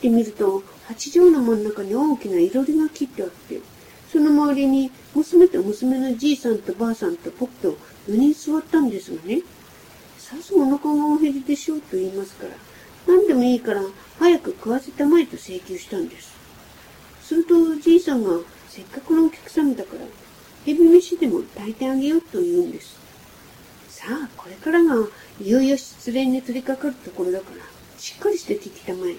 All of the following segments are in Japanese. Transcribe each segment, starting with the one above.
ってみると、八畳の真ん中に大きないろりが切ってあって、その周りに娘と娘のじいさんとばあさんと僕と4人座ったんですがね、さぞお腹がお減りでしょうと言いますから、何でもいいから早く食わせたまえと請求したんです。するとじいさんがせっかくのお客様だから、ヘビ飯でも炊いてあげようと言うんです。さあ、これからがいよいよ失恋に取り掛かるところだから、しっかりして聞きたまえ。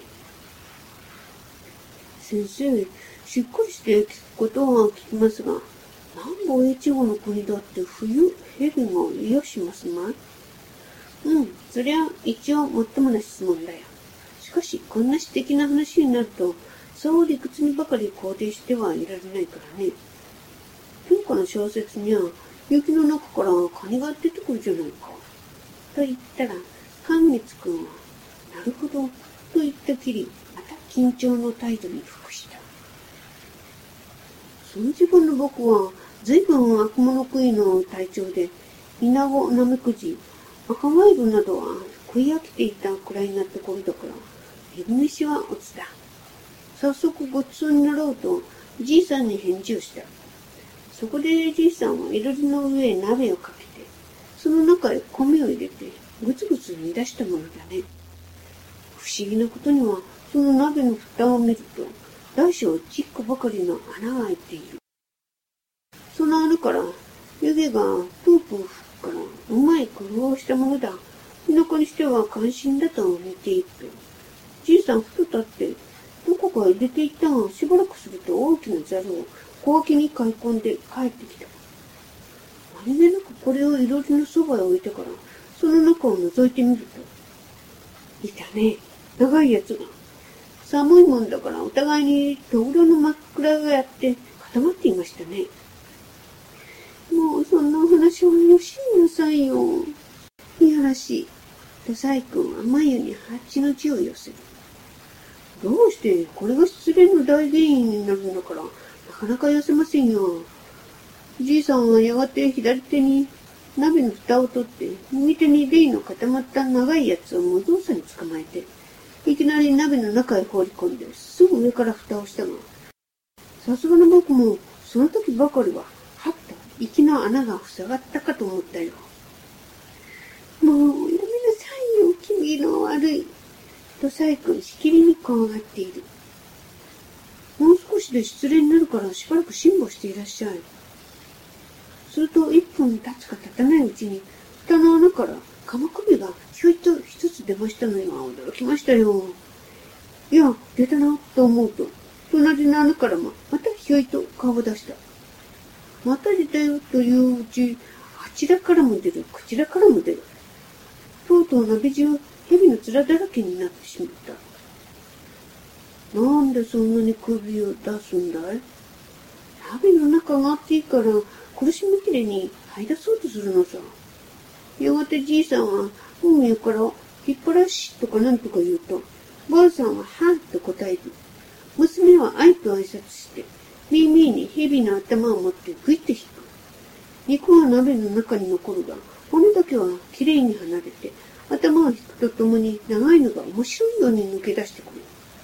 先生、しっかりして聞くことは聞きますが、南方越後の国だって冬、ヘビが癒しますまい？そりゃ一応もっともな質問だよ。しかし、こんな詩的な話になると、そう理屈にばかり肯定してはいられないからね。今日の小説には、雪の中からカニが出てくるじゃないか。と言ったら、寛光くんは、なるほど、と言ったきり、また緊張の態度に服した。その時分の僕は、随分悪者食いの体調で、イナゴ、ナメクジ、赤ワイルなどは食い飽きていたくらいなところだから、ヘビ飯はオツだ。早速ごちそうになろうと、じいさんに返事をした。そこでじいさんはいろりの上へ鍋をかけて、その中へ米を入れて、ぐつぐつ煮出したものだね。不思議なことには、その鍋の蓋を見ると、大小10個ばかりの穴が開いている。その穴から、湯気がプープー吹くから、うまい工夫をしたものだ。田舎にしては関心だと見ていると、じいさんふと立って、どこかへ出て行ったが、しばらくすると大きなザルを小脇に買い込んで帰ってきた。何気なくこれをいろりのそばへ置いてから、その中を覗いてみると、いたね、長いやつが。寒いもんだからお互いにとぐろの枕がやって固まっていましたね。もうそんなお話はよしなさいよ。いやらしい。とサイ君は眉に蜂の血を寄せる。どうしてこれが失恋の大原因になるんだから、なかなか寄せませんよ。じいさんはやがて左手に鍋の蓋を取って、右手にレイの固まった長いやつを無造作に捕まえて、いきなり鍋の中へ放り込んで、すぐ上から蓋をしたが、さすがの僕もその時ばかりは、はっと息の穴が塞がったかと思ったよ。もうやめなさいよ、君の悪い。とサイ君しきりに怖がっている。もう少しで失恋になるからしばらく辛抱していらっしゃい。すると1分経つか経たないうちに、蓋の穴から鎌首がひょいと一つ出ましたのには驚きましたよ。いや、出たなと思うと、隣の穴からもまたひょいと顔を出した。また出たよといううち、あちらからも出る、こちらからも出る。とうとう鍋中、蛇の面だらけになってしまった。なんでそんなに首を出すんだい？鍋の中があっていいから、苦しみきれに這い出そうとするのさ。やがてじいさんは本名から引っ張らしとかなんとか言うと、ばあさんははぁと答える。娘はあいと挨拶して、みーみーに蛇の頭を持ってグイッと引く。肉は鍋の中に残るが、骨だけはきれいに離れて、頭を引くとともに長いのが面白いように抜け出してくる。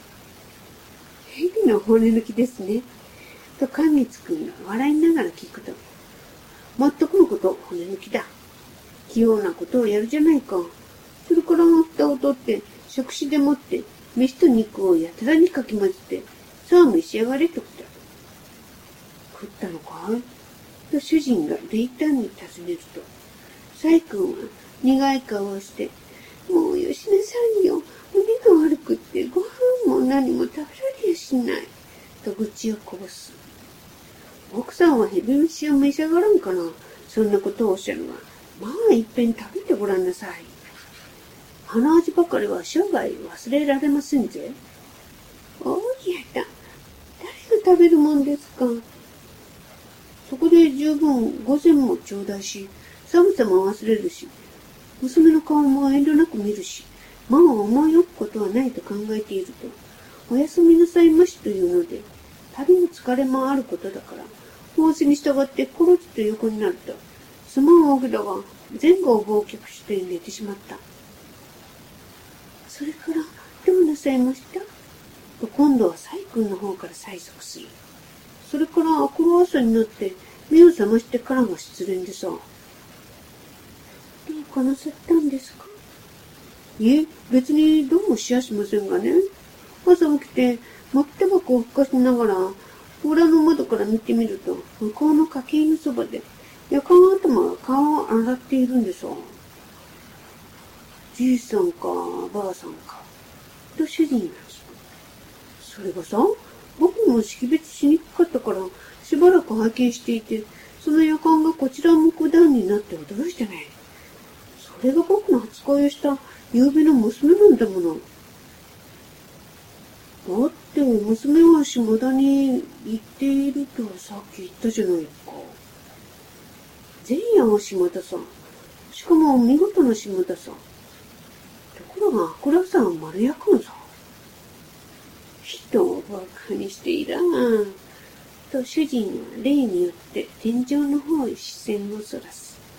蛇の骨抜きですね。と寛光くんが笑いながら聞くと、まったくのこと骨抜きだ。器用なことをやるじゃないか。それから蓋を取って、食指でもって、飯と肉をやたらにかき混ぜて、さあ召し上がれときた。食ったのかい？と主人が冷淡に尋ねると、サイ君は苦い顔をして、もうよしなさいよ。胸が悪くってご飯も何も食べられやしない。と愚痴をこぼす。奥さんはヘビ飯を召し上がらんかな。そんなことをおっしゃるが、まあいっぺん食べてごらんなさい。鼻味ばかりは生涯忘れられませんぜ。おいやだ。誰が食べるもんですか。そこで十分午前も頂戴し、寒さも忘れるし、娘の顔も遠慮なく見るし、まあ思い置くことはないと考えていると、おやすみなさいましというので、旅の疲れもあることだから、仰せに従ってコロチと横になると、すまんお札が前後を忘却して寝てしまった。それからどうなさいました？ と今度はサイ君の方から催促する。それからこの朝になって目を覚ましてからが失恋でさ。どうかなさったんですか？いえ、別にどうもしやしませんがね。朝起きて巻きタバコをふかしながら裏の窓から見てみると、向こうの家計のそばで夜間頭が顔を洗っているんでさ。じいさんかばあさんかと主人が聞く。それがさ、僕も識別しにくかったからしばらく拝見していて、その夜間がこちらを向く段になって驚いてね。それが僕の初恋をした夕べの娘なんだもの。だって娘は下田に行っているとさっき言ったじゃないか。前夜は下田さん。しかも見事な下田さん。ところが暗さは丸やかんさ。人をバカにしていらん。と主人は例によって天井の方へ視線をそらす。